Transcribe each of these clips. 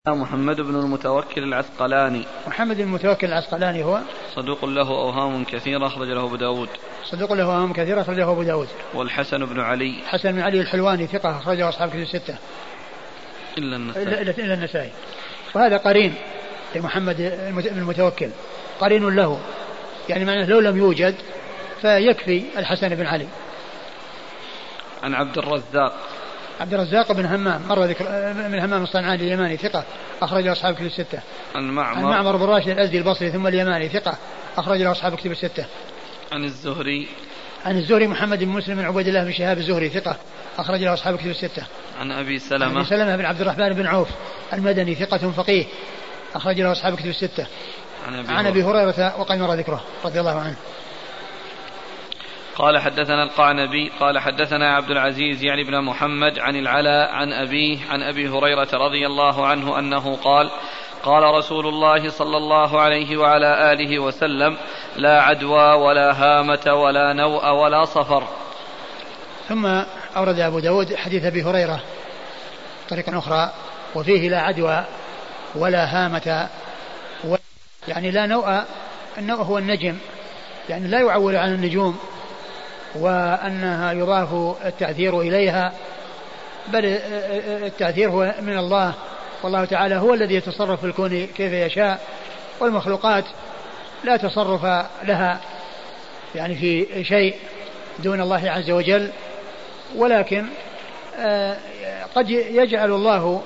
محمد بن المتوكل العسقلاني. محمد بن المتوكل العسقلاني هو صدوق له أوهام كثيرة أخرج له أبو داود. صدوق له أوهام كثيرة أخرج له أبو داود. والحسن بن علي. حسن بن علي الحلواني ثقة أخرجه أصحاب كتب الستة إلا النسائي. إلا النسائي. وهذا قرين لمحمد بن المتوكل، قرين له، يعني معناه لو لم يوجد فيكفي الحسن بن علي. عن عبد الرزاق. عبد الرزاق بن همام مر ذكر من همام الصنعاني اليماني ثقة أخرج له أصحاب كتب الستة. عن معمر بن راشد الأزدي البصري ثم اليماني ثقة أخرج له أصحاب كتب الستة. عن الزهري. عن الزهري محمد بن مسلم بن عبيد الله بن شهاب الزهري ثقة أخرج له أصحاب كتب الستة. عن أبي سلمة. عن أبي سلمة بن عبد الرحمن بن عوف المدني ثقة فقيه أخرج له أصحاب كتب الستة. عن أبي هريرة وقد مر ذكره رضي الله عنه. قال حدثنا القعنبي قال حدثنا عبد العزيز يعني بن محمد عن العلاء عن أبيه عن أبي هريرة رضي الله عنه أنه قال قال رسول الله صلى الله عليه وعلى آله وسلم لا عدوى ولا هامة ولا نوء ولا صفر. ثم أورد أبو داود حديث أبي هريرة طريقا أخرى وفيه لا عدوى ولا هامة يعني لا نوء. النوء هو النجم، يعني لا يعول عن النجوم وأنها يضاف التأثير إليها، بل التأثير هو من الله، والله تعالى هو الذي يتصرف في الكون كيف يشاء، والمخلوقات لا تصرف لها يعني في شيء دون الله عز وجل. ولكن قد يجعل الله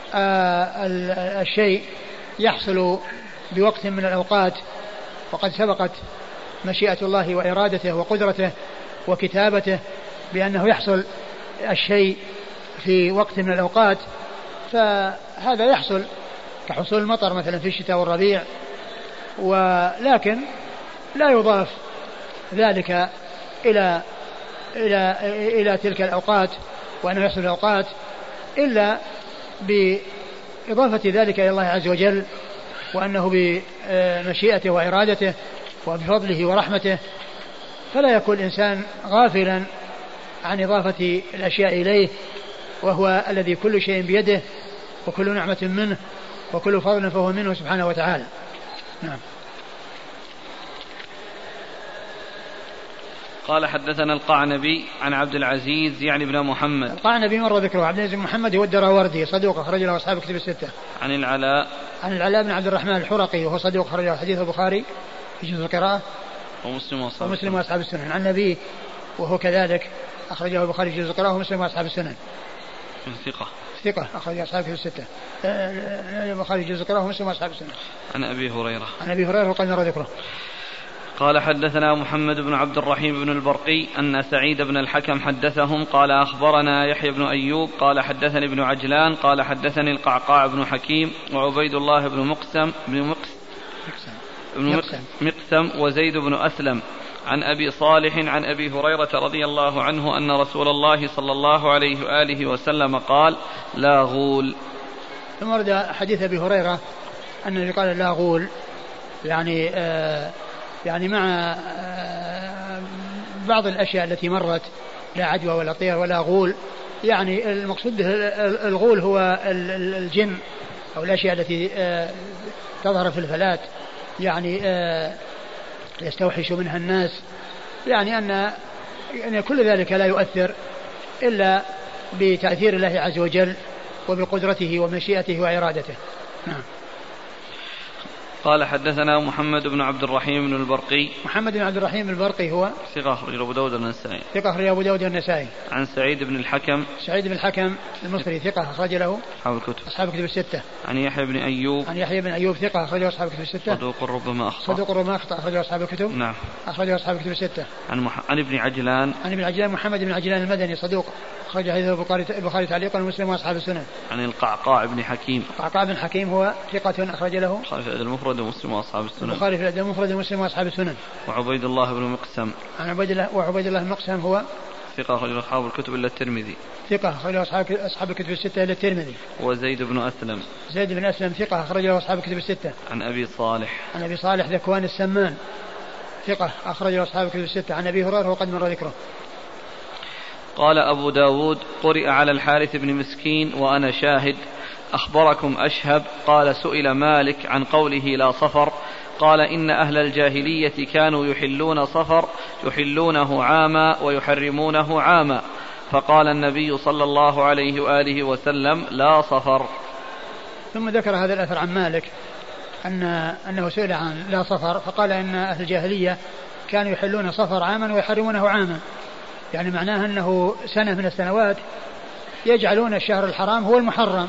الشيء يحصل بوقت من الأوقات، وقد سبقت مشيئة الله وإرادته وقدرته وكتابته بأنه يحصل الشيء في وقت من الأوقات، فهذا يحصل كحصول المطر مثلا في الشتاء والربيع، ولكن لا يضاف ذلك إلى تلك الأوقات وأنه يحصل الأوقات إلا بإضافة ذلك إلى الله عز وجل، وأنه بمشيئته وإرادته وبفضله ورحمته، فلا يكون الإنسان غافلا عن إضافة الأشياء إليه، وهو الذي كل شيء بيده وكل نعمة منه وكل فضل فهو منه سبحانه وتعالى. نعم. قال حدثنا القعنبي عن عبد العزيز يعني بن محمد. القعنبي مر ذكره. عبد العزيز بن محمد هو الدراوردي صدوق أخرج له أصحاب كتب الستة. عن العلاء. عن العلاء بن عبد الرحمن الحرقي وهو صدوق أخرج له حديث البخاري في جزء القراءة ومسلم وأصحاب السنن. عن النبي وهو كذلك أخرجه البخاري في جزء القراءة ومسلم وأصحاب السنن. ثقة أخرج أصحاب كتب الستة. البخاري في جزء القراءة ومسلم وأصحاب السنن. عن أبي هريرة. عن أبي هريرة وقد مر ذكره. قال حدثنا محمد بن عبد الرحيم بن البرقي أن سعيد بن الحكم حدثهم قال أخبرنا يحيى بن أيوب قال حدثني ابن عجلان قال حدثني القعقاع بن حكيم وعبيد الله بن مقسم وزيد بن أسلم عن أبي صالح عن أبي هريرة رضي الله عنه أن رسول الله صلى الله عليه وآله وسلم قال لا غول. ثم ورد حديث أبي هريرة أنه قال لا غول، يعني مع بعض الأشياء التي مرت لا عدوى ولا طير ولا غول، يعني المقصود الغول هو الجن أو الأشياء التي تظهر في الفلات، يعني يستوحش منها الناس، يعني أن كل ذلك لا يؤثر إلا بتأثير الله عز وجل وبقدرته ومشيئته وإرادته. نعم. قال حدثنا محمد بن عبد الرحيم بن البرقي. محمد بن عبد الرحيم البرقي هو ثقة أخرج أبو داود النسائي. ثقة أخرج أبو داود النسائي. عن سعيد بن الحكم. سعيد بن الحكم المصري ثقة أخرج له أصحاب الكتب الستة. عن يحيى بن أيوب. عن يحيى بن أيوب ثقة أخرج أصحاب الكتب الستة. صدوق ربما أخطأ أخرج أصحاب الكتب. نعم. أخرج أصحاب الكتب الستة. عن ابن عجلان. عن ابن عجلان محمد بن عجلان المدني صدوق أخرج حديث البخاري تعليقا ومسلم وأصحاب السنن. عن القعقاع بن حكيم. القعقاع بن حكيم هو ثقة أخرج له البخاري في الأدب المفرد ومسلم وأصحاب السنن. البخاري في الأدب المفرد ومسلم وأصحاب السنن. وعبيد الله بن مقسم. عن عبيد الله بن مقسم هو ثقة أخرج أصحاب الكتب إلا الترمذي. ثقة أخرج أصحاب الكتب الستة إلا الترمذي. وزيد بن أسلم. زيد بن أسلم ثقة أخرج أصحاب الكتب الستة. عن أبي صالح. عن أبي صالح ذكوان السمان ثقة أخرج أصحاب الكتب الستة. عن أبي هريرة وقد مر ذكره. قال أبو داود قرئ على الحارث بن مسكين وأنا شاهد أخبركم أشهب قال سئل مالك عن قوله لا صفر قال إن أهل الجاهلية كانوا يحلون صفر يحلونه عاما ويحرمونه عاما، فقال النبي صلى الله عليه وآله وسلم لا صفر. ثم ذكر هذا الأثر عن مالك أنه سئل عن لا صفر فقال إن أهل الجاهلية كانوا يحلون صفر عاما ويحرمونه عاما، يعني معناه أنه سنة من السنوات يجعلون الشهر الحرام هو المحرم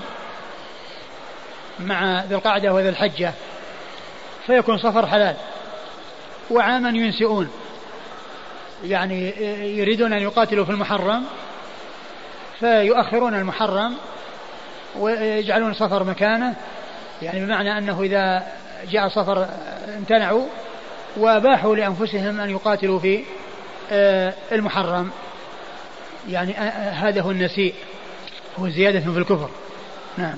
مع ذي القعدة وذي الحجة، فيكون صفر حلال، وعاما ينسئون، يعني يريدون أن يقاتلوا في المحرم فيؤخرون المحرم ويجعلون صفر مكانه، يعني بمعنى أنه إذا جاء صفر امتنعوا واباحوا لأنفسهم أن يقاتلوا في المحرم، يعني هذا هو النسيء، هو زيادة في الكفر. نعم.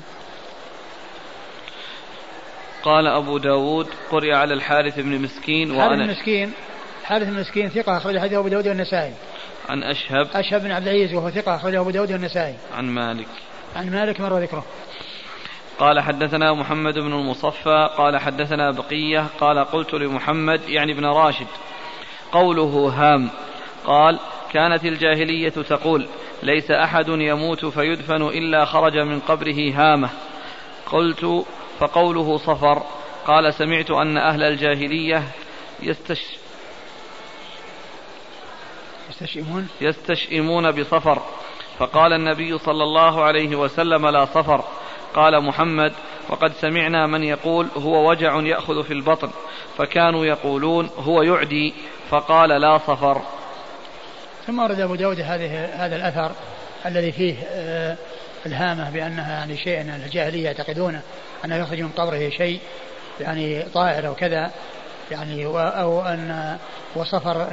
قال أبو داود قرئ على الحارث بن مسكين حارث بن مسكين ثقة أخرج حديثه أبو داود والنسائي. عن أشهب بن عبد العزيز وهو ثقة أخرجه أبو داود والنسائي. عن مالك مر ذكره. قال حدثنا محمد بن المصفى قال حدثنا بقية قال قلت لمحمد يعني ابن راشد قوله هام، قال كانت الجاهلية تقول ليس أحد يموت فيدفن إلا خرج من قبره هامة. قلت فقوله صفر، قال سمعت أن أهل الجاهلية يستشئمون بصفر، فقال النبي صلى الله عليه وسلم لا صفر. قال محمد وقد سمعنا من يقول هو وجع يأخذ في البطن، فكانوا يقولون هو يعدي، فقال لا صفر. ثم ورد أبو داود هذا الأثر الذي فيه الهامة بأنها يعني شيء أن الجاهلية يعتقدونه أنه يخرج من قبره شيء يعني طائر أو كذا، يعني أو أن وصفر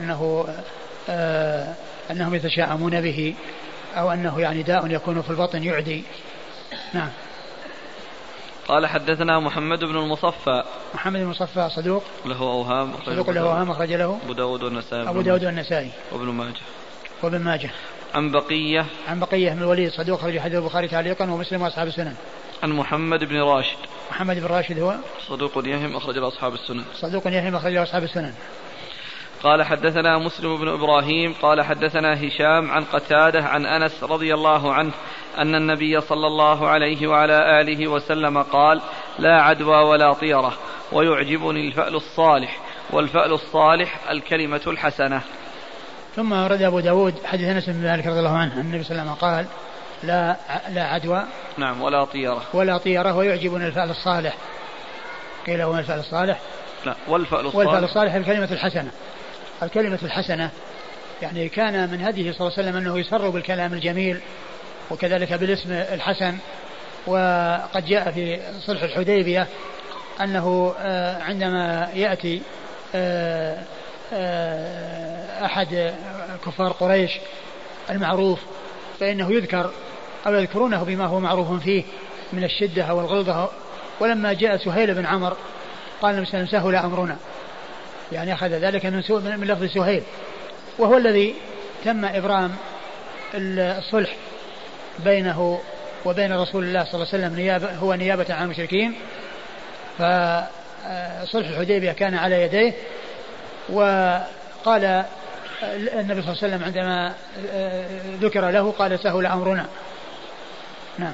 أنهم يتشاءمون به، أو أنه يعني داء يكون في البطن يعدي. نعم. قال حدثنا محمد بن المصفى. محمد بن المصفى صدوق له أوهام أخرج له أبو داود والنسائي وابن ماجه. عن بقية بن الوليد صدوق أخرج حديث البخاري تعليقا ومسلم وأصحاب السنن. عن محمد بن راشد هو صدوق يهم أخرج له أصحاب السنن. قال حدثنا مسلم بن إبراهيم قال حدثنا هشام عن قتادة عن أنس رضي الله عنه أن النبي صلى الله عليه وعلى آله وسلم قال لا عدوى ولا طيرة، ويعجبني الفأل الصالح، والفأل الصالح الكلمة الحسنة. ثم ورد أبو داود حديث أنس بن مالك رضي الله عنه النبي صلى الله عليه وسلم قال لا عدوى نعم ولا طيرة ويعجبني الفأل الصالح. قيل هو الفأل الصالح؟ لا، والفأل الصالح الكلمة الحسنة، يعني كان من هديه صلى الله عليه وسلم أنه يسر بالكلام الجميل وكذلك بالاسم الحسن. وقد جاء في صلح الحديبية أنه عندما يأتي أحد كفار قريش المعروف فإنه يذكر أو يذكرونه بما هو معروف فيه من الشدة أو الغلظة. ولما جاء سهيل بن عمرو قال النبي صلى الله عليه وسلم سهل أمرنا، يعني أخذ ذلك من لفظ سهيل، وهو الذي تم إبرام الصلح بينه وبين رسول الله صلى الله عليه وسلم هو نيابة عن المشركين. فصلح الحديبية كان على يديه، وقال النبي صلى الله عليه وسلم عندما ذكر له قال سهل أمرنا. نعم.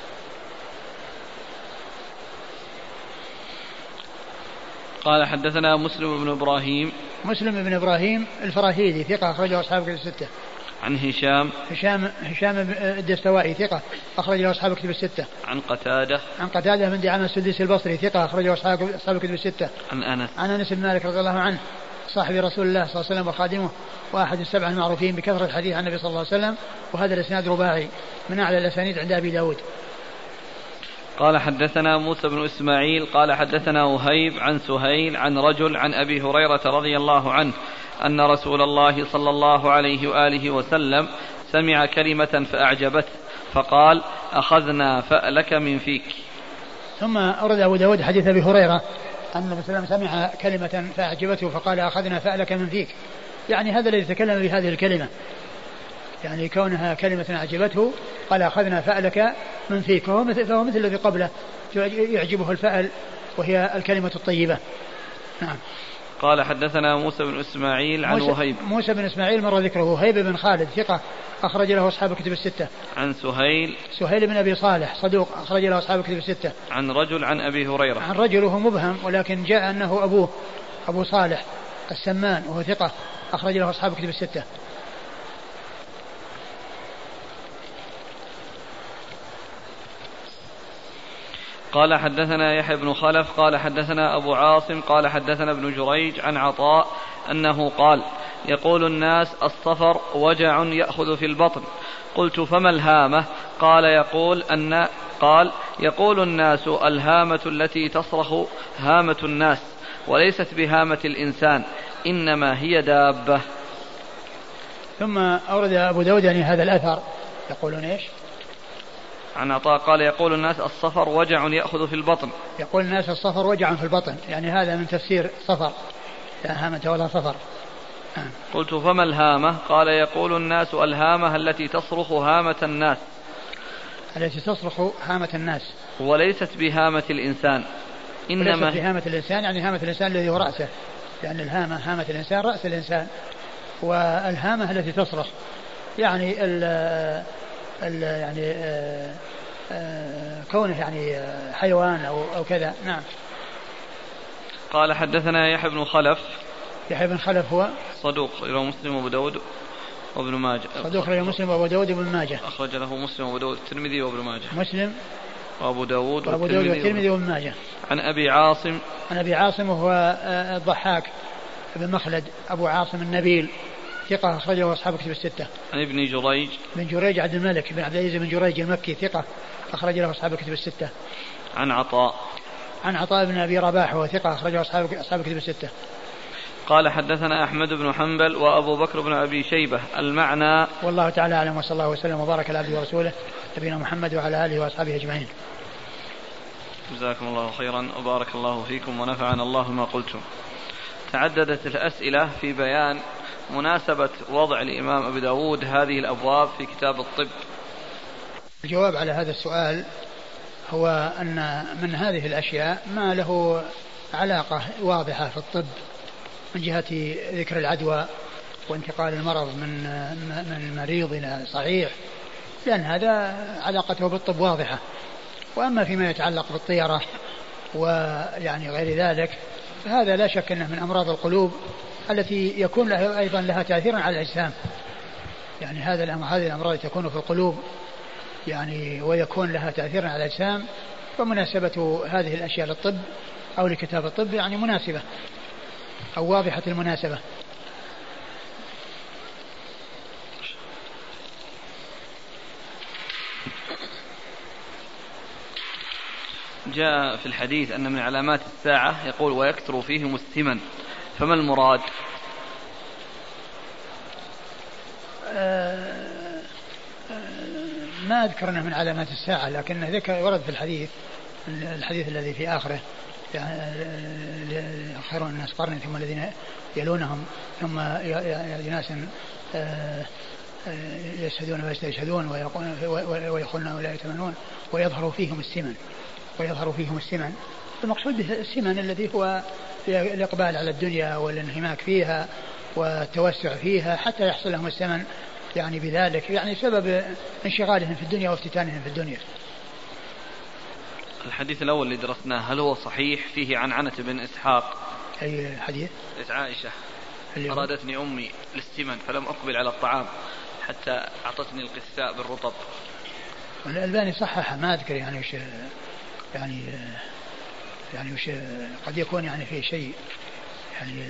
قال حدثنا مسلم بن إبراهيم الفراهيدي ثقة أخرجه أصحاب كتب الستة. عن هشام الدستوائي ثقة أخرجه أصحاب كتب الستة. عن قتادة من دعامة السديسي البصري ثقة أخرجه أصحاب كتب الستة. عن أنس بن مالك رضي الله عنه صاحب رسول الله صلى الله عليه وسلم وخادمه وأحد السبع المعروفين بكثرة الحديث عن النبي صلى الله عليه وسلم، وهذا الإسناد رباعي من أعلى الأسانيد عند أبي داود. قال حدثنا موسى بن إسماعيل قال حدثنا وهيب عن سهيل عن رجل عن أبي هريرة رضي الله عنه أن رسول الله صلى الله عليه وآله وسلم سمع كلمة فأعجبته فقال أخذنا فألك من فيك. ثم أورد أبو داود حديث أبي هريرة أن النبي صلى الله عليه وسلم سمع كلمة فأعجبته فقال أخذنا فألك من فيك، يعني هذا الذي تكلم بهذه الكلمة، يعني كونها كلمة أعجبته قال أخذنا فألك من فيك، فهو مثل الذي قبله يعجبه الفأل وهي الكلمة الطيبة. نعم. قال حدثنا موسى بن إسماعيل عن وهيب. موسى بن إسماعيل مر ذكره. وهيب بن خالد ثقة أخرج له أصحاب الكتب الستة. عن سهيل بن أبي صالح صدوق أخرج له أصحاب الكتب الستة. عن رجل عن أبي هريرة. عن رجل وهو مبهم ولكن جاء أنه أبوه أبو صالح السمان وهو ثقة أخرج له أصحاب الكتب الستة. قال حدثنا يحيى بن خلف قال حدثنا أبو عاصم قال حدثنا ابن جريج عن عطاء أنه قال يقول الناس الصفر وجع يأخذ في البطن. قلت فما الهامة؟ قال يقول الناس الهامة التي تصرخ هامة الناس وليست بهامة الإنسان إنما هي دابة. ثم أورد أبو داود يعني هذا الأثر يقولون إيش؟ عن عطاء قال يقول الناس الصفر وجع يأخذ في البطن. يقول الناس الصفر وجع في البطن يعني هذا من تفسير صفر لا هامة ولا صفر. قلت فما الهامة؟ قال يقول الناس الهامة التي تصرخ هامة الناس التي تصرخ هامة الناس وليست بهامة الإنسان إنما ليست بهامة الإنسان يعني هامة الإنسان الذي هو رأسه لأن الهامة هامة الإنسان رأس الإنسان والهامة التي تصرخ يعني يعني كونه يعني حيوان أو كذا. نعم. قال حدثنا يحيى بن خلف. يحيى بن خلف هو صدوق رواه مسلم وابو داود وابن ماجه. صدوق رواه مسلم وابو داود وابن ماجه. أخرج له مسلم وابو داود الترمذي وابن ماجه. مسلم وابو داود والترمذي وابن ماجه. عن أبي عاصم. عن أبي عاصم وهو الضحاك بن مخلد أبو عاصم النبيل ثقة أخرجه أصحاب كتب الستة. عن ابن جريج. بن جريج عبد الملك بن عبد العزيز بن جريج المكي ثقة أخرج له أصحاب كتب الستة. عن عطاء. عن عطاء بن أبي رباح وهو ثقة أخرجه أصحاب كتب الستة. قال حدثنا أحمد بن حنبل وأبو بكر بن أبي شيبة المعنى. والله تعالى أعلم وصلى الله وسلم وبارك على عبده ورسوله نبينا محمد وعلى آله وأصحابه أجمعين. جزاكم الله خيرا وبارك الله فيكم ونفعنا الله ما قلتم. تعددت الأسئلة في بيان مناسبة وضع الإمام أبي داود هذه الأبواب في كتاب الطب. الجواب على هذا السؤال هو أن من هذه الأشياء ما له علاقة واضحة في الطب من جهة ذكر العدوى وانتقال المرض من مريض إلى صحيح لأن هذا علاقته بالطب واضحة. وأما فيما يتعلق بالطيرة ويعني غير ذلك فهذا لا شك أنه من أمراض القلوب التي يكون له أيضا لها تأثير على الأجسام. يعني هذه الأمراض تكون في القلوب يعني ويكون لها تأثير على الأجسام ومناسبة هذه الأشياء للطب أو لكتاب الطب يعني مناسبة أو واضحة المناسبة. جاء في الحديث أن من علامات الساعة يقول ويكثر فيهم السمن فما المراد؟ ما أذكر أنه من علامات الساعة لكن ذكر ورد في الحديث الذي في آخره يعني خير الناس قرني ثم الذين يلونهم ثم ناس يشهدون ويستشهدون ويقولون ولا يتمنون ويظهر فيهم السمن. المقصود السمن الذي هو الإقبال على الدنيا والانهماك فيها والتوسع فيها حتى يحصل لهم السمن يعني بذلك يعني سبب انشغالهم في الدنيا وافتتانهم في الدنيا. الحديث الأول اللي درسناه هل هو صحيح؟ فيه عن عنة بن إسحاق. أي حديث؟ عائشة أرادتني أمي للسمن فلم أقبل على الطعام حتى أعطتني القثاء بالرطب. والألباني صححها ما أذكر يعني وش يعني وش قد يكون يعني فيه شيء يعني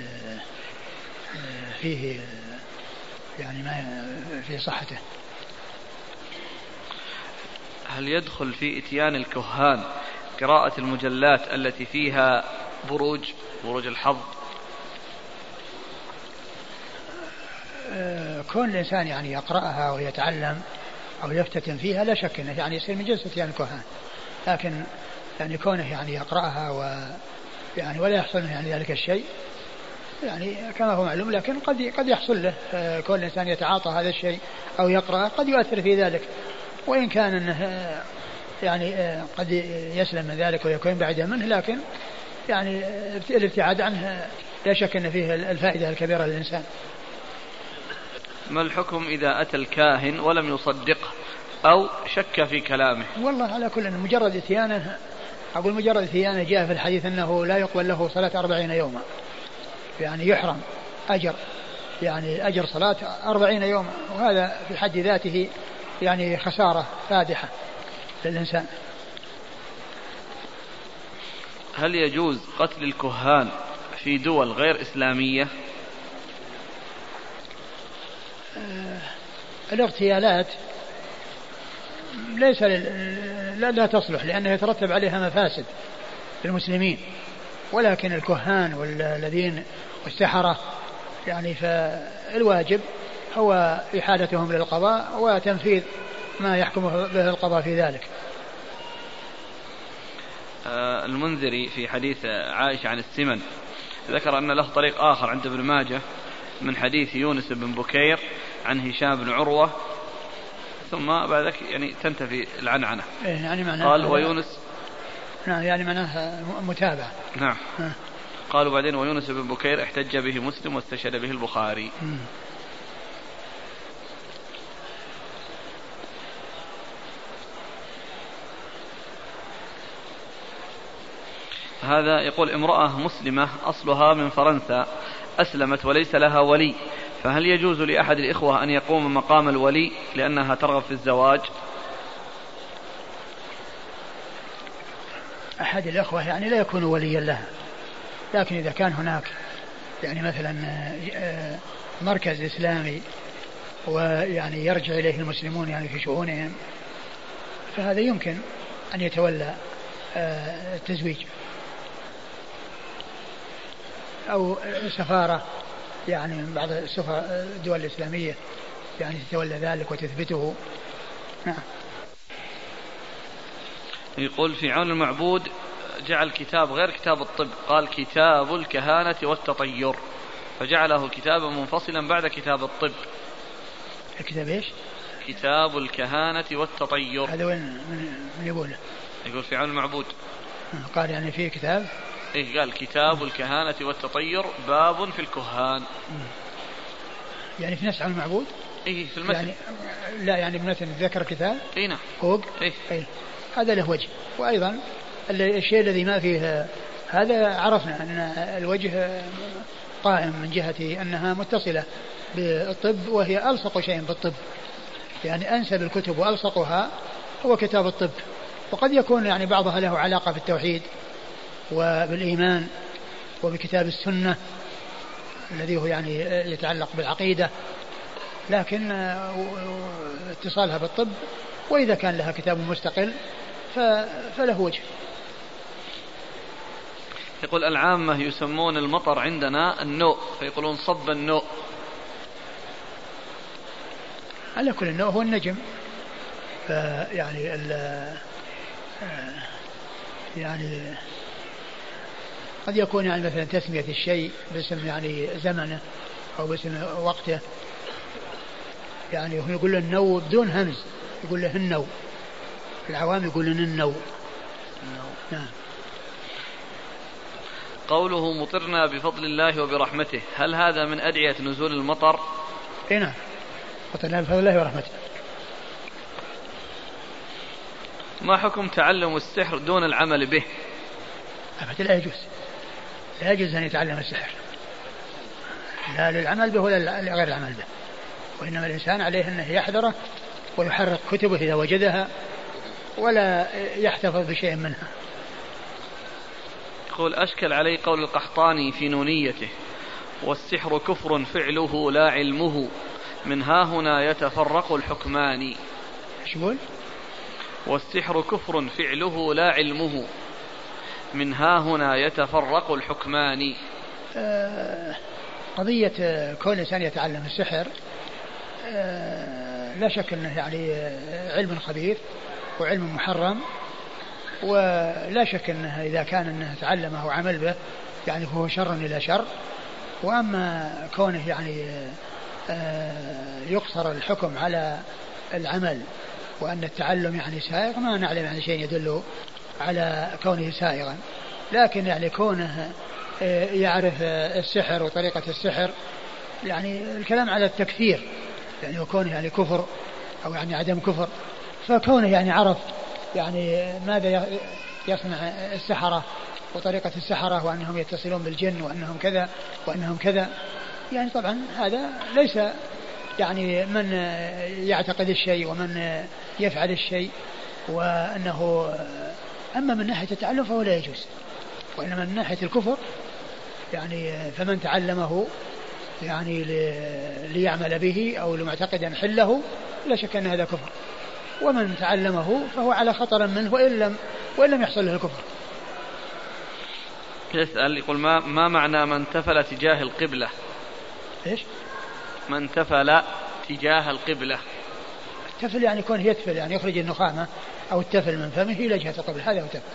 فيه يعني ما في صحته. هل يدخل في إتيان الكهان قراءة المجلات التي فيها بروج الحظ؟ كون الإنسان يعني يقرأها ويتعلم أو يفتتن فيها لا شك أنه يعني يصير من جنس إتيان الكهان لكن يعني كونه يعني يقرأها ويعني ولا يحصل يعني ذلك الشيء يعني كما هو معلوم، لكن قد يحصل له كل إنسان يتعاطى هذا الشيء أو يقرأ قد يؤثر في ذلك، وإن كان أنه يعني قد يسلم من ذلك ويكون بعيدا منه، لكن يعني الابتعاد عنه لا شك أن فيه الفائدة الكبيرة للإنسان. ما الحكم إذا أتى الكاهن ولم يصدقه أو شك في كلامه؟ والله على كل مجرد إتيانه، أقول مجرد إتيانه جاء في الحديث أنه لا يقبل له صلاة 40 يوما، يعني يحرم أجر، يعني أجر صلاة 40 يوما، وهذا في حد ذاته يعني خسارة فادحة للإنسان. هل يجوز قتل الكهان في دول غير إسلامية؟ الاغتيالات ليس لا تصلح، لأنه يترتب عليها مفاسد للمسلمين، ولكن الكهان والذين والسحرة يعني فالواجب هو إحالتهم للقضاء وتنفيذ ما يحكم به القضاء في ذلك. المنذري في حديث عائشة عن السمن ذكر أن له طريق آخر عند ابن ماجه من حديث يونس بن بكير عن هشام بن عروة، ثم بعد ذلك يعني تنتفي العنعنة. يعني معناه قال ويونس، نعم يعني معناه متابعة. نعم. قالوا بعدين ويونس بن بكير احتج به مسلم واستشهد به البخاري. هذا يقول امرأة مسلمة أصلها من فرنسا أسلمت وليس لها ولي، فهل يجوز لأحد الإخوة أن يقوم مقام الولي لأنها ترغب في الزواج؟ أحد الإخوة يعني لا يكون وليا لها، لكن إذا كان هناك يعني مثلا مركز إسلامي ويعني يرجع إليه المسلمون يعني في شؤونهم، فهذا يمكن أن يتولى التزويج، أو سفارة يعني من بعض الدول الإسلامية يعني تتولى ذلك وتثبته. نعم. يقول في عون المعبود جعل كتاب غير كتاب الطب، قال كتاب الكهانة والتطير، فجعله كتابا منفصلا بعد كتاب الطب. الكتاب ايش؟ كتاب الكهانة والتطير. هذا وين من يقوله؟ يقول في عون المعبود. قال يعني فيه كتاب؟ إيه قال كتاب الكهانة والتطير باب في الكهان. يعني في نفس عون المعبود؟ إيه في المتن. يعني لا يعني مثلا ذكر كتاب؟ إيه نعم. فوق؟ إيه. هذا له وجه. وأيضا الشيء الذي ما فيه هذا عرفنا أن الوجه قائم من جهة أنها متصلة بالطب، وهي ألصق شيء بالطب، يعني أنسب الكتب وألصقها هو كتاب الطب، وقد يكون يعني بعضها له علاقة بالتوحيد وبالإيمان وبكتاب السنة الذي هو يعني يتعلق بالعقيدة، لكن اتصالها بالطب، وإذا كان لها كتاب مستقل فله وجه. يقول العامة يسمون المطر عندنا النوء، فيقولون صب النوء. على كل النوء هو النجم، يعني يعني قد يكون يعني مثلا تسمية الشيء باسم يعني زمنه أو باسم وقته، يعني هو يقول له النو بدون همز، يقول له النو، العوام يقولون النو. نعم. قوله مطرنا بفضل الله وبرحمته، هل هذا من أدعية نزول المطر؟ اي نعم، مطرنا بفضل الله ورحمته. ما حكم تعلم السحر دون العمل به؟ أبدا لا يجوز، لا يجوز أن يتعلم السحر، لا للعمل به ولا لغير العمل به، وإنما الإنسان عليه أنه يحذره ويحرق كتبه إذا وجدها ولا يحتفظ بشيء منها. يقول أشكل علي قول القحطاني في نونيته والسحر كفر فعله لا علمه، من ها هنا يتفرق الحكمان. ايش يقول؟ والسحر كفر فعله لا علمه، من ها هنا يتفرق الحكمان. قضية كون الإنسان يتعلم السحر لا شك أنه يعني علم خبيث وعلم محرم، ولا شك أنه إذا كان أنه تعلمه وعمل به يعني فهو شر إلى شر، وأما كونه يعني يقصر الحكم على العمل وأن التعلم يعني سائغ، ما نعلم يعني شيء يدل على كونه سائغا، لكن يعني كونه يعرف السحر وطريقة السحر، يعني الكلام على التكفير يعني وكونه يعني كفر أو يعني عدم كفر، فكونه يعني عرف يعني ماذا يصنع السحرة وطريقة السحرة وأنهم يتصلون بالجن وأنهم كذا وأنهم كذا، يعني طبعا هذا ليس يعني من يعتقد الشيء ومن يفعل الشيء، وأنه أما من ناحية التعلم فهو لا يجوز، وإنما من ناحية الكفر يعني فمن تعلمه يعني ليعمل به أو لمعتقدا حله لا شك أن هذا كفر، ومن تعلمه فهو على خطر منه وإن لم يحصل له الكفر. يسأل يقول ما معنى من تفل تجاه القبلة؟ إيش؟ من تفل تجاه القبلة. التفل يعني يكون يتفل يعني يخرج النخامة أو التفل من فمه إلى جهة القبلة، هذا هو التفل.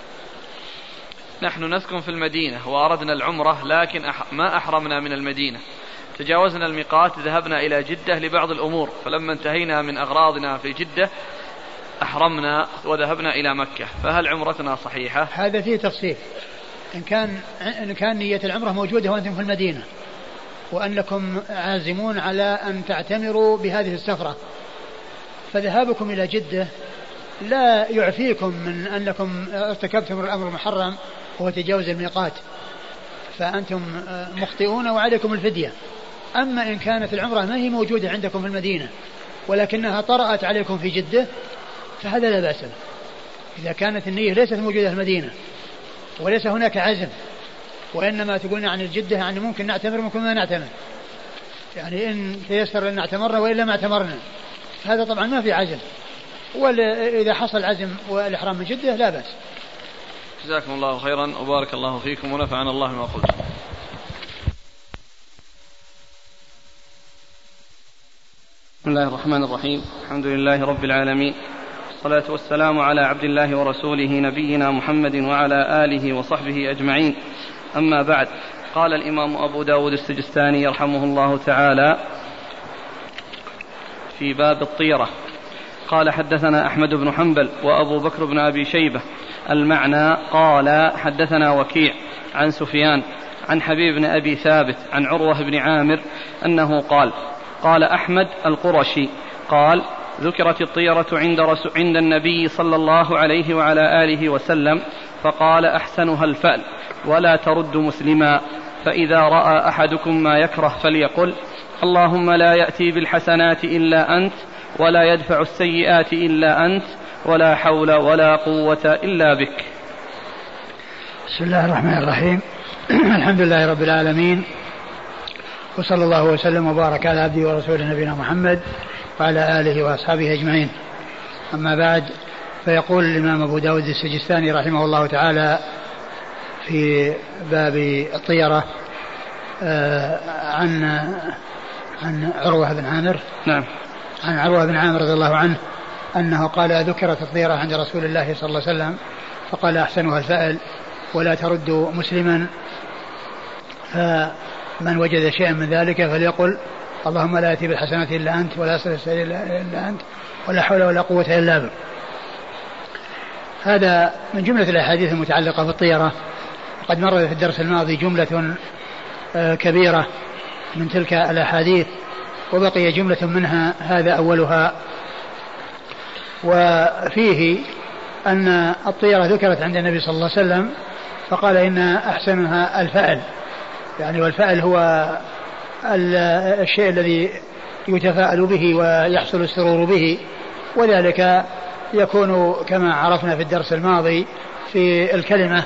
نحن نسكن في المدينة وأردنا العمرة لكن ما أحرمنا من المدينة، تجاوزنا الميقات ذهبنا إلى جدة لبعض الأمور، فلما انتهينا من أغراضنا في جدة أحرمنا وذهبنا إلى مكة، فهل عمرتنا صحيحة؟ هذا فيه تفصيل. إن كان نية العمرة موجودة وأنتم في المدينة وأنكم عازمون على أن تعتمروا بهذه السفرة، فذهابكم إلى جدة لا يعفيكم من أنكم ارتكبتم الأمر المحرم وهو تجاوز الميقات، فأنتم مخطئون وعليكم الفدية. أما إن كانت العمرة ما هي موجودة عندكم في المدينة ولكنها طرأت عليكم في جدة فهذا لا بأس به. إذا كانت النية ليست موجودة في المدينة وليس هناك عزم، وإنما تقولنا عن الجدة يعني ممكن نعتمر ممكن ما نعتمر، يعني إن تيسر لنا اعتمرنا وإلا ما اعتمرنا، هذا طبعا ما في عزم، وإذا حصل عزم والإحرام من جدة لا بأس. جزاكم الله خيرا وبارك الله فيكم ونفعنا الله ما قلت. بسم الله الرحمن الرحيم، الحمد لله رب العالمين، والصلاة والسلام على عبد الله ورسوله نبينا محمد وعلى آله وصحبه أجمعين، أما بعد. قال الإمام أبو داود السجستاني يرحمه الله تعالى في باب الطيرة قال حدثنا أحمد بن حنبل وأبو بكر بن أبي شيبة، المعنى قال حدثنا وكيع عن سفيان عن حبيب بن أبي ثابت عن عروة بن عامر أنه قال أحمد القرشي قال ذكرت الطيرة عند النبي صلى الله عليه وعلى آله وسلم فقال أحسنها الفأل ولا ترد مسلما، فإذا رأى أحدكم ما يكره فليقل اللهم لا يأتي بالحسنات إلا أنت ولا يدفع السيئات إلا أنت ولا حول ولا قوة إلا بك. بسم الله الرحمن الرحيم. الحمد لله رب العالمين، وصلى الله وسلم وبارك على عبده ورسوله نبينا محمد وعلى آله وأصحابه أجمعين. أما بعد، فيقول الإمام أبو داود السجستاني رحمه الله تعالى في باب الطيرة عن عروة بن عامر. نعم. عن عروة بن عامر رضي الله عنه أنه قال ذكرت الطيرة عند رسول الله صلى الله عليه وسلم فقال أحسنها الفأل ولا ترد مسلما، فمن وجد شيئا من ذلك فليقل اللهم لا يأتي بالحسنات إلا أنت ولا يصل السيئات إلا أنت ولا حول ولا قوة إلا بك. هذا من جملة الأحاديث المتعلقة بالطيرة، وقد مر في الدرس الماضي جملة كبيرة من تلك الأحاديث وبقي جملة منها هذا أولها. وفيه أن الطيرة ذكرت عند النبي صلى الله عليه وسلم فقال إن أحسنها الفأل، يعني والفأل هو الشيء الذي يتفاءل به ويحصل السرور به، وذلك يكون كما عرفنا في الدرس الماضي في الكلمة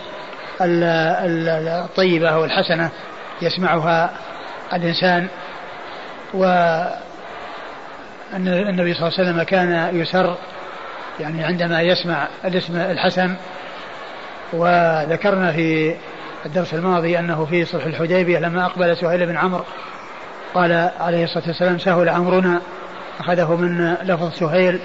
الطيبة أو الحسنة يسمعها الإنسان. وأن النبي صلى الله عليه وسلم كان يسر يعني عندما يسمع الاسم الحسن. وذكرنا في الدرس الماضي أنه في صلح الحديبية لما أقبل سهيل بن عمرو قال عليه الصلاة والسلام سهل أمرنا، أخذه من لفظ سهيل.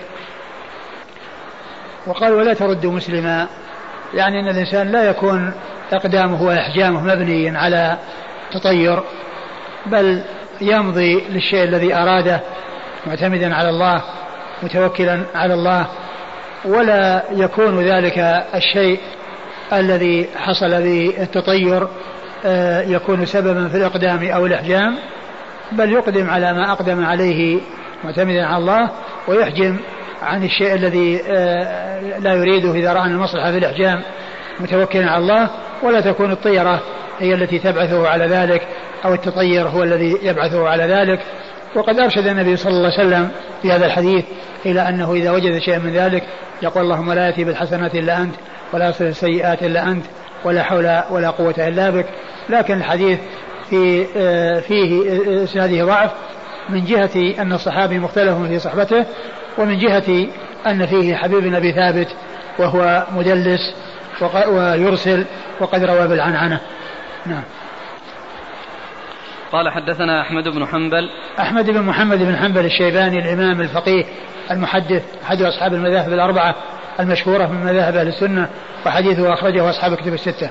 وقال ولا ترد مسلما، يعني أن الإنسان لا يكون إقدامه وإحجامه مبنيا على تطير، بل يمضي للشيء الذي أراده معتمدا على الله متوكلا على الله، ولا يكون ذلك الشيء الذي حصل بالتطير يكون سببا في الإقدام أو الإحجام، بل يقدم على ما أقدم عليه معتمدا على الله، ويحجم عن الشيء الذي لا يريده إذا رأى المصلحة في الإحجام متوكلا على الله، ولا تكون الطيرة هي التي تبعثه على ذلك أو التطير هو الذي يبعثه على ذلك. وقد أرشد النبي صلى الله عليه وسلم في هذا الحديث إلى أنه إذا وجد شيئا من ذلك يقول اللهم لا يأتي بالحسنات إلا أنت ولا يصل السيئات إلا أنت ولا حول ولا قوة إلا بك. لكن الحديث فيه إسناده ضعف من جهة أن الصحابي مختلف في صحبته، ومن جهة أن فيه حبيب بن أبي ثابت وهو مدلس ويرسل وقد روى بالعنعنة. نعم. قال حدثنا أحمد بن حنبل. أحمد بن محمد بن حنبل الشيباني الإمام الفقيه المحدث أحد أصحاب المذاهب الأربعة المشهورة من مذاهب أهل السنة، وحديثه أخرجه أصحاب الكتب الستة.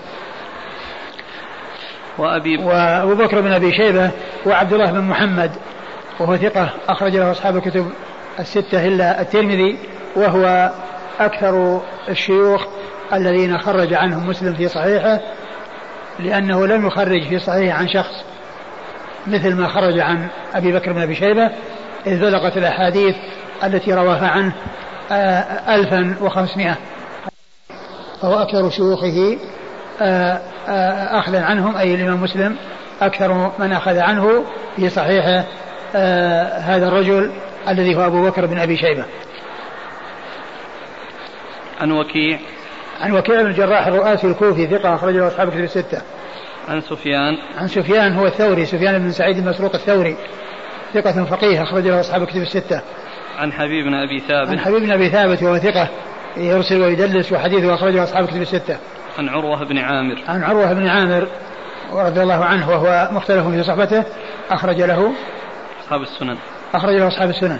وأبو بكر بن أبي شيبة وعبد الله بن محمد وهو ثقة أخرج له أصحاب الكتب الستة إلا الترمذي، وهو أكثر الشيوخ الذين خرج عنهم مسلم في صحيحه، لأنه لم يخرج في صحيحه عن شخص مثل ما خرج عن أبي بكر بن أبي شيبة، إذ بلغت الأحاديث التي رواها عنه 1500، فهو أكثر شيوخه أخذا عنهم، أي الإمام مسلم أكثر من أخذ عنه في صحيحه هذا الرجل الذي هو أبو بكر بن أبي شيبة. عن وكيع بن الجراح الرؤاسي الكوفي ثقة أخرج له أصحاب الكتب الستة. عن سفيان هو الثوري، سفيان بن سعيد المسروق الثوري ثقة فقيه أخرج له أصحاب الكتب الستة. عن حبيب بن أبي ثابت وهو ثقة يرسل ويدلس وحديثه أخرجه أصحاب الكتب الستة. عن عروة بن عامر رضي الله عنه وهو مختلف في صحبته أخرج له أصحاب السنن.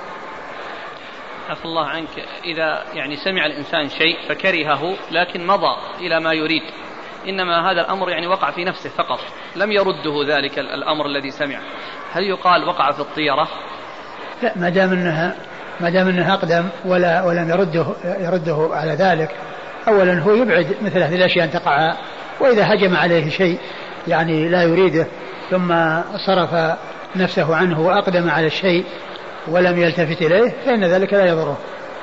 عفى الله عنك، إذا يعني سمع الإنسان شيء فكرهه لكن مضى إلى ما يريد، إنما هذا الأمر يعني وقع في نفسه فقط لم يرده ذلك الأمر الذي سمع، هل يقال وقع في الطيرة؟ لا، ما دام أنها أقدم ولم يرده على ذلك. أولا هو يبعد مثل هذه الأشياء أن تقع، وإذا هجم عليه شيء يعني لا يريده ثم صرف نفسه عنه وأقدم على الشيء ولم يلتفت إليه فإن ذلك لا يضره.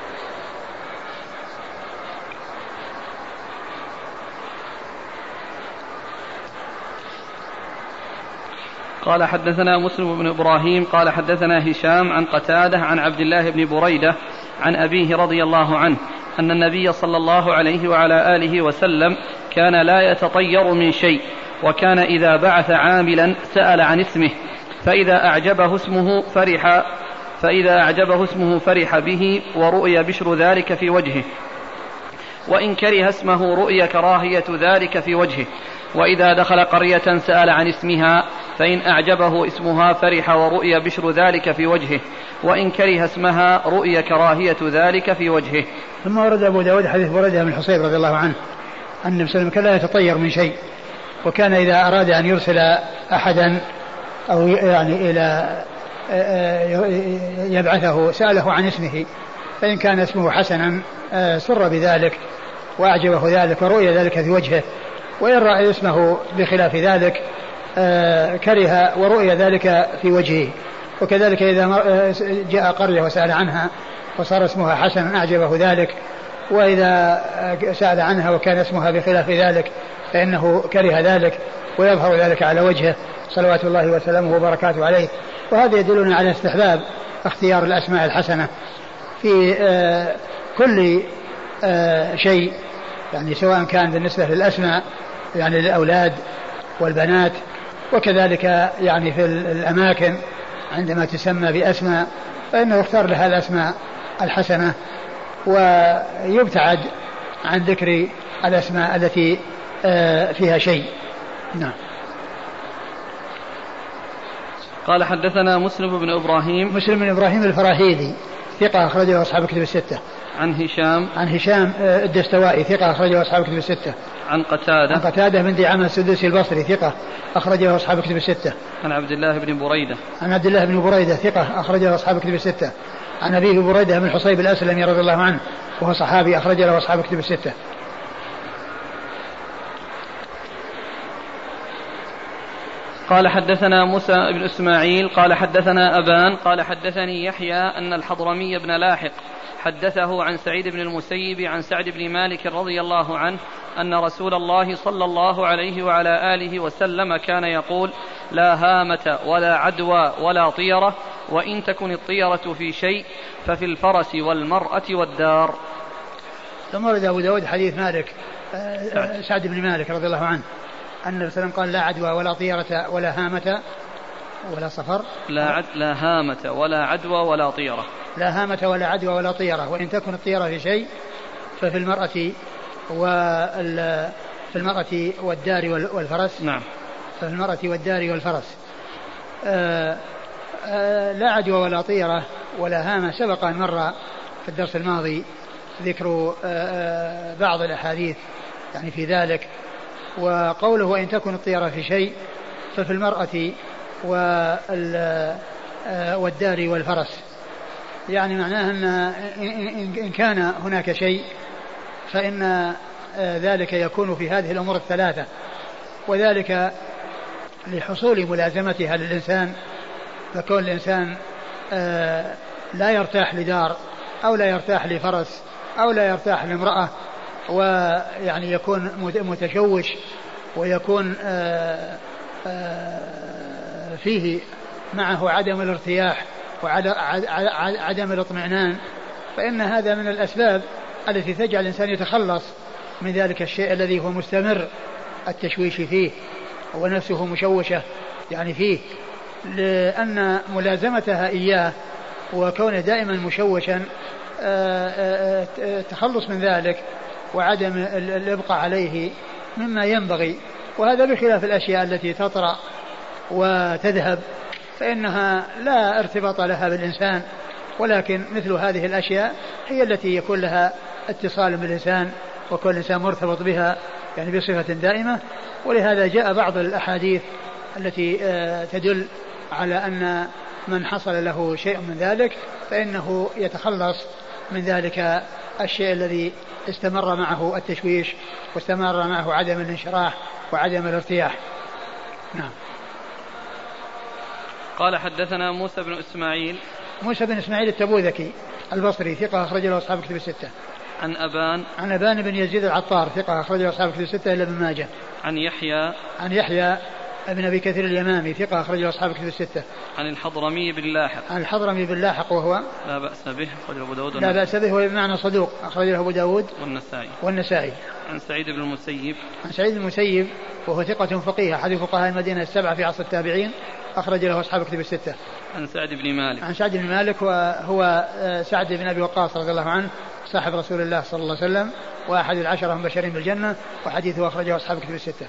قال حدثنا مسلم بن إبراهيم قال حدثنا هشام عن قتادة عن عبد الله بن بريدة عن أبيه رضي الله عنه أن النبي صلى الله عليه وعلى آله وسلم كان لا يتطير من شيء، وكان إذا بعث عاملا سأل عن اسمه، فإذا أعجبه اسمه فرح به ورؤي بشر ذلك في وجهه، وإن كره اسمه رؤي كراهية ذلك في وجهه. وإذا دخل قرية سأل عن اسمها، فإن أعجبه اسمها فرح ورؤي بشر ذلك في وجهه، وإن كره اسمها رؤي كراهية ذلك في وجهه. ثم ورد أبو داود حديث بريدة بن الحصيب رضي الله عنه أن النبي صلى الله عليه وسلم كان لا يتطير من شيء، وكان إذا أراد أن يرسل أحدا أو يعني إلى يبعثه سأله عن اسمه، فإن كان اسمه حسنا سر بذلك وأعجبه ذلك ورؤي ذلك في وجهه، وإن رأى اسمه بخلاف ذلك كره ورؤي ذلك في وجهه. وكذلك إذا جاء قرية وسأل عنها وصار اسمها حسنا أعجبه ذلك، وإذا سأل عنها وكان اسمها بخلاف ذلك فإنه كره ذلك ويظهر ذلك على وجهه صلوات الله وسلامه وبركاته عليه. وهذا يدلنا على استحباب اختيار الأسماء الحسنة في كل شيء، يعني سواء كان بالنسبة للأسماء يعني للأولاد والبنات، وكذلك يعني في الأماكن عندما تسمى بأسماء فإنه يختار لها الأسماء الحسنة ويبتعد عن ذكر الأسماء التي فيها شيء. نعم. قال حدثنا مسلم بن إبراهيم الفراهيدي ثقة أخرجه أصحاب الكتب الستة. عن هشام الدستوائي ثقة أخرجه أصحاب كتب الستة. عن قتادة بن دعامة السدوسي البصري ثقة أخرجه أصحاب كتب الستة. عن عبد الله بن بريدة ثقة أخرجه أصحاب كتب الستة. عن أبيه بريدة بن الحصيب الأسلمي رضي الله عنه وهو صحابي أخرج له أصحاب كتب الستة. قال حدثنا موسى بن إسماعيل قال حدثنا أبان قال حدثني يحيى أن الحضرمي بن لاحق حدثه عن سعيد بن المسيب عن سعد بن مالك رضي الله عنه أن رسول الله صلى الله عليه وعلى آله وسلم كان يقول: لا هامة ولا عدوى ولا طيرة، وإن تكن الطيرة في شيء ففي الفرس والمرأة والدار. ثم ورد أبو داود حديث مالك سعد بن مالك رضي الله عنه أن النبي صلى الله عليه وسلم قال: لا عدوى ولا طيرة ولا هامة ولا صفر. لا هامة ولا عدوى ولا طيرة. لا هامة ولا عدوى ولا طيرة، وإن تكن الطيرة في شيء ففي المرأة والدار والفرس. نعم. ففي المرأة والدار والفرس. لا عدوى ولا طيرة ولا هامة سبق أن مر في الدرس الماضي ذكر بعض الأحاديث يعني في ذلك. وقوله وإن تكن الطيرة في شيء ففي المرأة والدار والفرس، يعني معناه أن إن كان هناك شيء فإن ذلك يكون في هذه الأمور الثلاثة، وذلك لحصول ملازمتها للإنسان. فكون الإنسان لا يرتاح لدار أو لا يرتاح لفرس أو لا يرتاح لامرأة، ويعني يكون متشوش ويكون فيه معه عدم الارتياح وعدم الاطمئنان، فإن هذا من الأسباب التي تجعل الإنسان يتخلص من ذلك الشيء الذي هو مستمر التشويش فيه ونفسه مشوشة يعني فيه، لأن ملازمتها إياه وكونه دائما مشوشا التخلص من ذلك وعدم الإبقاء عليه مما ينبغي. وهذا بخلاف الأشياء التي تطرأ وتذهب فإنها لا ارتباط لها بالإنسان، ولكن مثل هذه الأشياء هي التي يكون لها اتصال بالإنسان وكل إنسان مرتبط بها يعني بصفة دائمة. ولهذا جاء بعض الأحاديث التي تدل على أن من حصل له شيء من ذلك فإنه يتخلص من ذلك الشيء الذي استمر معه التشويش واستمر معه عدم الانشراح وعدم الارتياح. نعم. قال حدثنا موسى بن إسماعيل التبوذكي البصري ثقة أخرج له أصحاب كتب الستة. عن أبان بن يزيد العطار ثقة أخرج له أصحاب كتب الستة إلا ابن ماجه. عن يحيى ابن أبي كثير اليمامي ثقة أخرج له أصحاب كتب الستة. عن الحضرمي بن لاحق وهو لا بأس به أخرجه أبو داود بمعنى صدوق أخرجه أبو داود والنسائي. عن سعيد بن المسيب وهو ثقة فقيه أحد فقهاء المدينة السبعة في عصر التابعين أخرج له أصحاب كتب الستة. عن سعد بن مالك وهو سعد بن أبي وقاص رضي الله عنه صاحب رسول الله صلى الله عليه وسلم وأحد العشرة المبشرين بالجنة، وحديثه أخرجه أصحاب كتب الستة.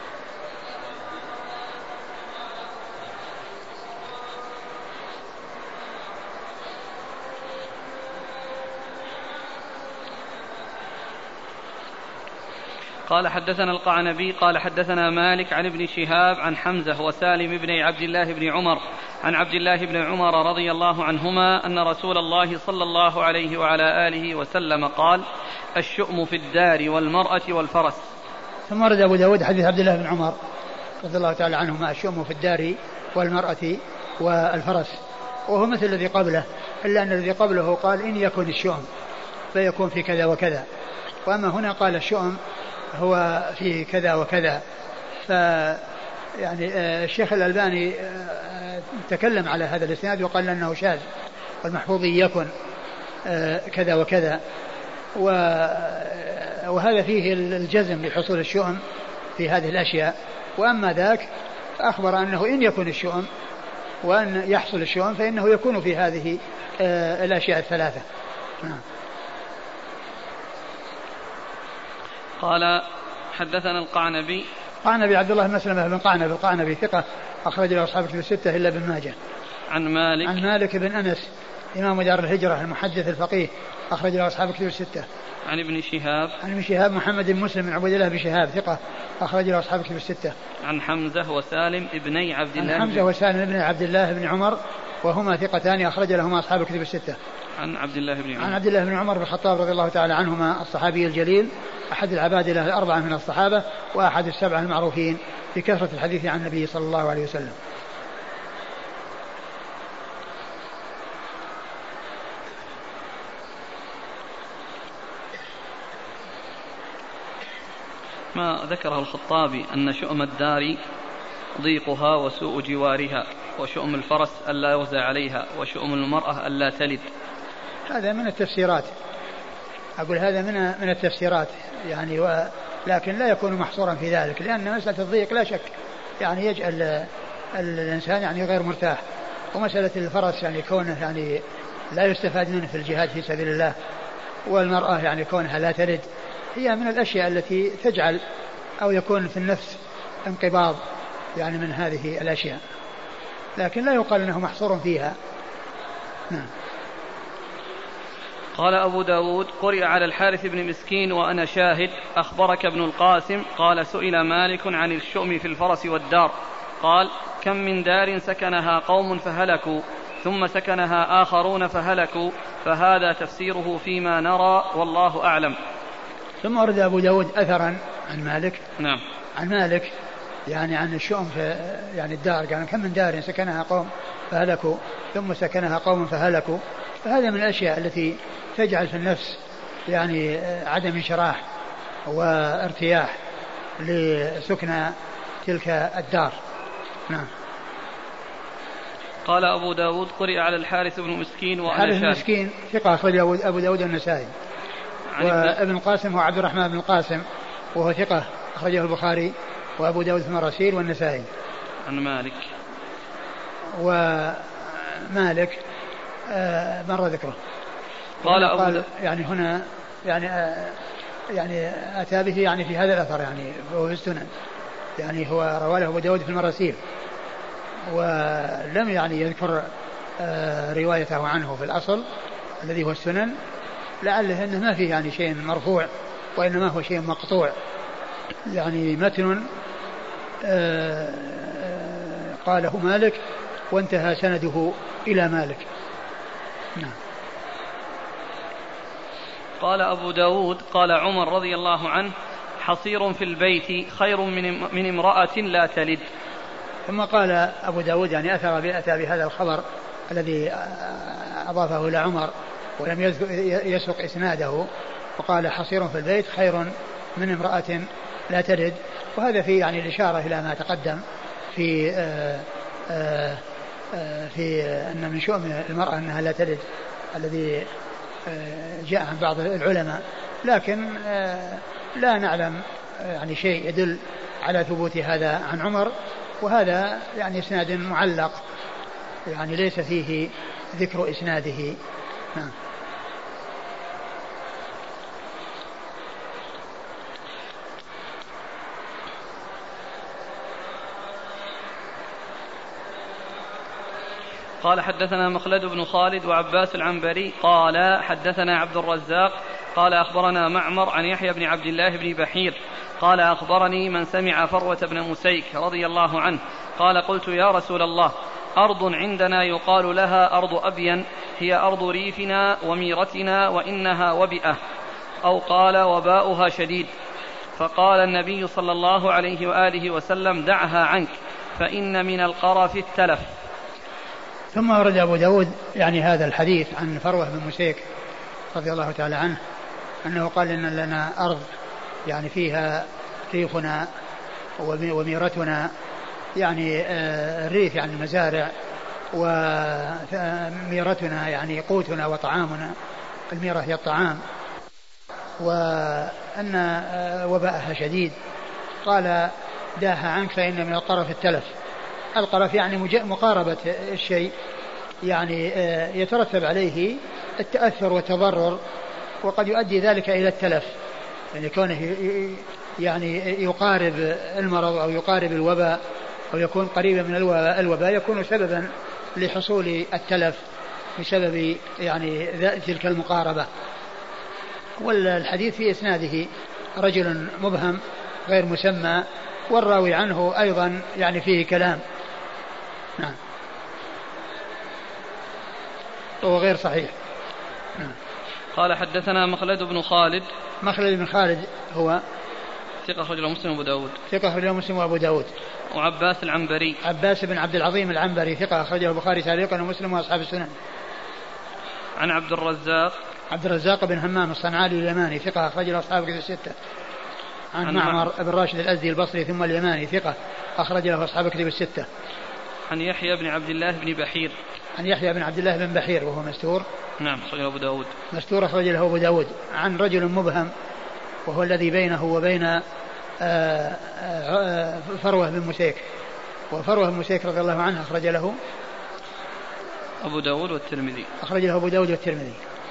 قال حدثنا القعنبي قال حدثنا مالك عن ابن شهاب عن حمزة وسالم بن عبد الله بن عمر عن عبد الله بن عمر رضي الله عنهما أن رسول الله صلى الله عليه وعلى آله وسلم قال: الشؤم في الدار والمرأة والفرس. ثم ورد أبو داود حديث عبد الله بن عمر رضي الله تعالى عنهما: الشؤم في الدار والمرأة والفرس، وهو مثل الذي قبله، إلا أن الذي قبله قال: إن يكن الشؤم فيكون في كذا وكذا، وأما هنا قال الشؤم هو في كذا وكذا. يعني الشيخ الألباني تكلم على هذا الإسناد وقال أنه شاذ، والمحفوظي يكن كذا وكذا، وهذا فيه الجزم بحصول الشؤم في هذه الأشياء. وأما ذاك فأخبر أنه إن يكن الشؤم وأن يحصل الشؤم فإنه يكون في هذه الأشياء الثلاثة. قال حدثنا القعنبي عبد الله بن مسلمة بن القعنبي ثقة أخرج له أصحاب الكتب الستة إلا ابن ماجه. عن مالك بن أنس إمام دار الهجرة المحدث الفقيه أخرج له أصحاب الكتب الستة. عن ابن شهاب. عن ابن شهاب محمد بن مسلم بن عبد الله بن شهاب ثقة أخرج له أصحاب الكتب الستة. عن حمزة وسالم ابني عبد الله. عن حمزة وسالم ابن عبد الله بن عمر وهما ثقتان أخرج لهما أصحاب الكتب الستة. عن عبد الله بن عمر. عن عبد الله بن عمر بن الخطاب رضي الله تعالى عنهما الصحابي الجليل أحد العبادلة الأربعة من الصحابة وأحد السبعة المعروفين بكثرة الحديث عن النبي صلى الله عليه وسلم. ما ذكره الخطابي أن شؤم الدار ضيقها وسوء جوارها وشؤم الفرس ألا يغزى عليها وشؤم المرأة ألا تلد. هذا من التفسيرات، أقول هذا من التفسيرات يعني لكن لا يكون محصورا في ذلك، لأن مسألة الضيق لا شك يعني يجعل الإنسان يعني غير مرتاح، ومسألة الفرس يعني كونه يعني لا يستفاد منه في الجهاد في سبيل الله، والمرأة يعني كونها لا تلد هي من الأشياء التي تجعل أو يكون في النفس انقباض يعني من هذه الأشياء، لكن لا يقال أنه محصور فيها. قال أبو داود قرئ على الحارث بن مسكين وأنا شاهد أخبرك ابن القاسم قال سئل مالك عن الشؤم في الفرس والدار قال كم من دار سكنها قوم فهلكوا ثم سكنها آخرون فهلكوا فهذا تفسيره فيما نرى والله أعلم. ثم ورد أبو داود أثرا عن مالك. نعم. عن مالك يعني عن الشؤم في يعني الدار قال كم من دار سكنها قوم فهلكوا ثم سكنها قوم فهلكوا، فهذا من الأشياء التي تجعل في النفس يعني عدم انشراح وارتياح لسكن تلك الدار. نعم. قال أبو داود قرئ على الحارث بن مسكين وأنا شاهد. الحارث بن مسكين ثقة أخرج أبو داود النسائي. وابن القاسم هو عبد الرحمن بن القاسم وهو ثقة أخرجه البخاري وأبو داود في المراسيل والنسائي. عن مالك. ومالك مر ذكره. قال يعني هنا يعني أتى به يعني في هذا الأثر يعني هو في السنن، يعني هو رواه أبو داود في المراسيل ولم يعني يذكر روايته عنه في الأصل الذي هو السنن، لعله أنه ما فيه يعني شيء مرفوع وإنما هو شيء مقطوع يعني متن قاله مالك وانتهى سنده إلى مالك. نعم. قال أبو داود قال عمر رضي الله عنه حصير في البيت خير من امرأة لا تلد. ثم قال أبو داود يعني أتى بهذا الخبر الذي أضافه إلى عمر ولم يسق إسناده، وقال حصير في البيت خير من امرأة لا تلد، وهذا فيه يعني الإشارة إلى ما تقدم في أن من شؤم المرأة أنها لا تلد الذي جاء عن بعض العلماء، لكن لا نعلم يعني شيء يدل على ثبوت هذا عن عمر، وهذا يعني إسناد معلق يعني ليس فيه ذكر إسناده. نعم. قال حدثنا مخلد بن خالد وعباس العنبري قال حدثنا عبد الرزاق قال أخبرنا معمر عن يحيى بن عبد الله بن بحير قال أخبرني من سمع فروة بن مسيك رضي الله عنه قال قلت يا رسول الله أرض عندنا يقال لها أرض أبين هي أرض ريفنا وميرتنا وإنها وبئة أو قال وباؤها شديد، فقال النبي صلى الله عليه وآله وسلم دعها عنك فإن من القرف التلف. ثم ورد أبو داود يعني هذا الحديث عن فروة بن مسيك رضي الله تعالى عنه أنه قال إن لنا أرض يعني فيها ريفنا وميرتنا، يعني الريف يعني المزارع، وميرتنا يعني قوتنا وطعامنا، الميرة هي الطعام، وأن وباءها شديد. قال داها عنك فإن من القرف التلف. القرف يعني مقاربة الشيء يعني يترتب عليه التأثر والتضرر، وقد يؤدي ذلك إلى التلف، يعني كونه يعني يقارب المرض أو يقارب الوباء أو يكون قريبا من الوباء يكون سببا لحصول التلف بسبب يعني تلك المقاربة. والحديث في إسناده رجل مبهم غير مسمى، والراوي عنه أيضا يعني فيه كلام. نعم. وهو غير صحيح. نعم. قال حدثنا مخلد بن خالد. مخلد بن خالد هو ثقة أخرج له مسلم وأبو داود. ثقة أخرج له مسلم وأبو داود. وعباس العنبري. عباس بن عبد العظيم العنبري ثقة أخرجه البخاري تعليقا ومسلم وأصحاب السنن. عن عبد الرزاق. عبد الرزاق بن همام الصنعاني اليماني ثقة أخرج له أصحاب الكتب الستة. عن معمر بن راشد الأزدي البصري ثم اليماني ثقة أخرج له أصحاب الكتب الستة. عن يحيى بن عبد الله بن بحير. عن يحيى بن عبد الله بن بحير وهو مستور. نعم أخرج له أبو داود. مستور أخرج له أبو داود. عن رجل مبهم وهو الذي بينه وبين فروة بن مسيك، وفروة بن مسيك رضي الله عنه أخرج له أبو داود والترمذي. أخرج له أبو داود والترمذي.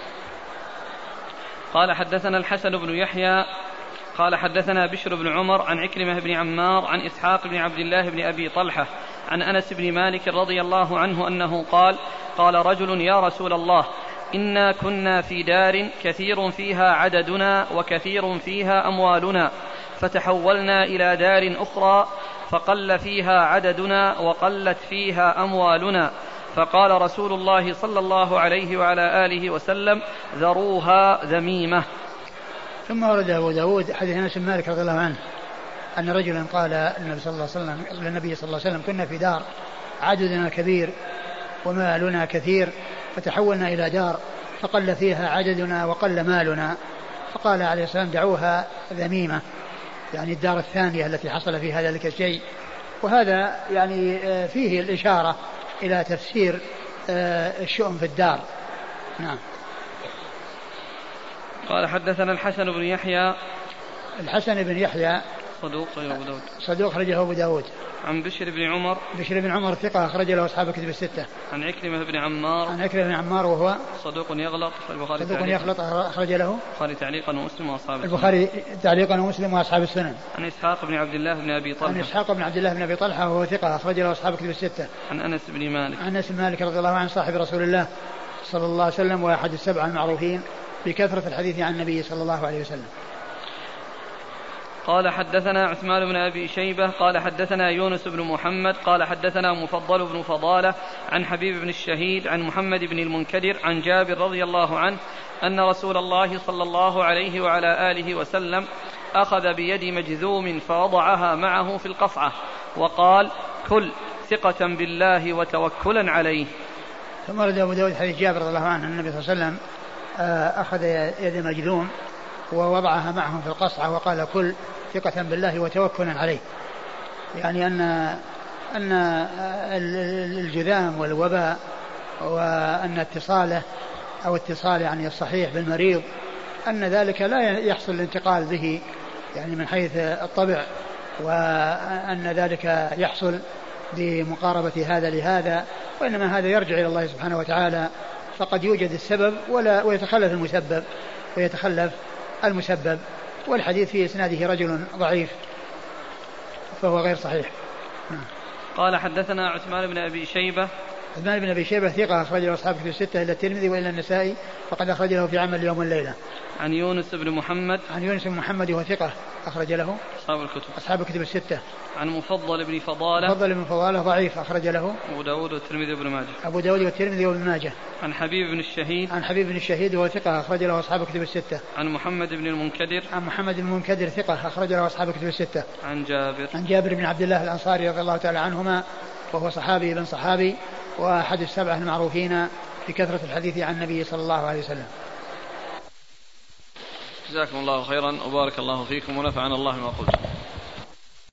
قال حدثنا الحسن بن يحيى قال حدثنا بشر بن عمر عن عكرمة بن عمار عن إسحاق بن عبد الله بن أبي طلحة عن أنس بن مالك رضي الله عنه أنه قال: قال رجل: يا رسول الله، إنا كنا في دار كثير فيها عددنا وكثير فيها أموالنا، فتحولنا إلى دار أخرى فقل فيها عددنا وقلت فيها أموالنا، فقال رسول الله صلى الله عليه وعلى آله وسلم: ذروها ذميمة. ثم ورد أبو داود حديث أنس بن مالك رضي الله عنه أن رجلا قال للنبي صلى الله عليه وسلم: كنا في دار عددنا كبير ومالنا كثير، فتحولنا إلى دار فقل فيها عددنا وقل مالنا، فقال عليه السلام: دعوها ذميمة، يعني الدار الثانية التي حصل فيها ذلك الشيء. وهذا يعني فيه الإشارة إلى تفسير الشؤم في الدار. نعم. قال حدثنا الحسن بن يحيى. الحسن بن يحيى صدوق أخرجه أبو داود. عن بشر بن عمر. بشر بن عمر ثقة أخرج له أصحاب الكتب الستة. عن عكرمة بن عمار. عن عكرمة بن عمار وهو صدوق يغلط. أخرج له البخاري تعليقا ومسلم وأصحاب السنن. البخاري تعليقا ومسلم وأصحاب السنن. عن إسحاق بن عبد الله بن أبي طلحة. عن إسحاق بن عبد الله بن أبي طلحة وهو ثقة أخرج له أصحاب الكتب الستة. عن أنس بن مالك. عن أنس بن مالك رضي الله عنه صاحب رسول الله صلى الله عليه وسلم وأحد السبعة المعروفين بكثرة الحديث عن النبي صلى الله عليه وسلم. قال حدثنا عثمان بن أبي شيبة قال حدثنا يونس بن محمد قال حدثنا مفضل بن فضالة عن حبيب بن الشهيد عن محمد بن المنكدر عن جابر رضي الله عنه أن رسول الله صلى الله عليه وعلى آله وسلم أخذ بيد مجذوم فوضعها معه في القصعة وقال: كل ثقة بالله وتوكلا عليه. ثم ورد أبو داود حديث جابر رضي الله عنه النبي صلى الله عليه وسلم أخذ يد مجذوم ووضعها معهم في القصعة وقال: كل ثقة بالله وتوكلا عليه، يعني أن الجذام والوباء وأن اتصاله أو اتصال يعني الصحيح بالمريض أن ذلك لا يحصل الانتقال به يعني من حيث الطبع، وأن ذلك يحصل بمقاربة هذا لهذا، وإنما هذا يرجع إلى الله سبحانه وتعالى، فقد يوجد السبب ويتخلف المسبب والحديث في إسناده رجل ضعيف فهو غير صحيح. قال حدثنا عثمان بن أبي شيبة. عثمان بن أبي شيبة ثقة أخرج له أصحاب الكتب الستة إلا الترمذي وإلا النسائي فقد أخرج له في عمل اليوم والليلة. عن يونس بن محمد. عن يونس بن محمد وهو ثقة أخرج له أصحاب الكتب الستة. عن مفضل بن فضالة. مفضل بن فضالة ضعيف أخرج له أبو داود والترمذي وابن ماجه. أبو داود والترمذي وابن ماجه. عن حبيب بن الشهيد. عن حبيب بن الشهيد وهو ثقة أخرج له أصحاب الكتب الستة. عن محمد بن المنكدر. عن محمد بن المنكدر ثقة أخرج له أصحاب الكتب الستة. عن جابر. عن جابر بن عبد الله الأنصاري رضي الله تعالى عنهما وهو صحابي بن صحابي وأحد السبعة المعروفين بكثرة الحديث عن النبي صلى الله عليه وسلم. جزاكم الله خيرا وبارك الله فيكم ونفعنا الله ما قلتم.